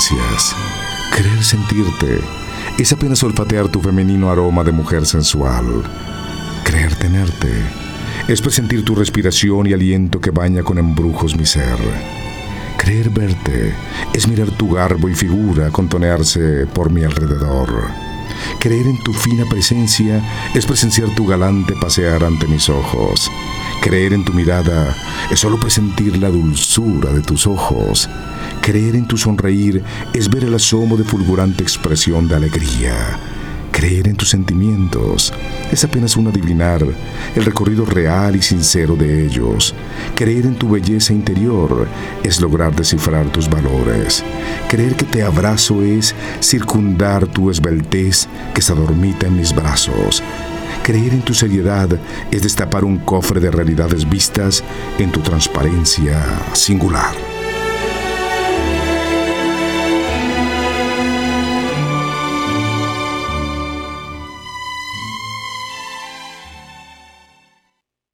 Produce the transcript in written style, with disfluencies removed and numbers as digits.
caricias. Creer sentirte es apenas olfatear tu femenino aroma de mujer sensual. Creer tenerte es presentir tu respiración y aliento que baña con embrujos mi ser. Creer verte es mirar tu garbo y figura contonearse por mi alrededor. Creer en tu fina presencia es presenciar tu galante pasear ante mis ojos. Creer en tu mirada es solo presentir la dulzura de tus ojos. Creer en tu sonreír es ver el asomo de fulgurante expresión de alegría. Creer en tus sentimientos es apenas un adivinar el recorrido real y sincero de ellos. Creer en tu belleza interior es lograr descifrar tus valores. Creer que te abrazo es circundar tu esbeltez que se adormita en mis brazos. Creer en tu seriedad es destapar un cofre de realidades vistas en tu transparencia singular.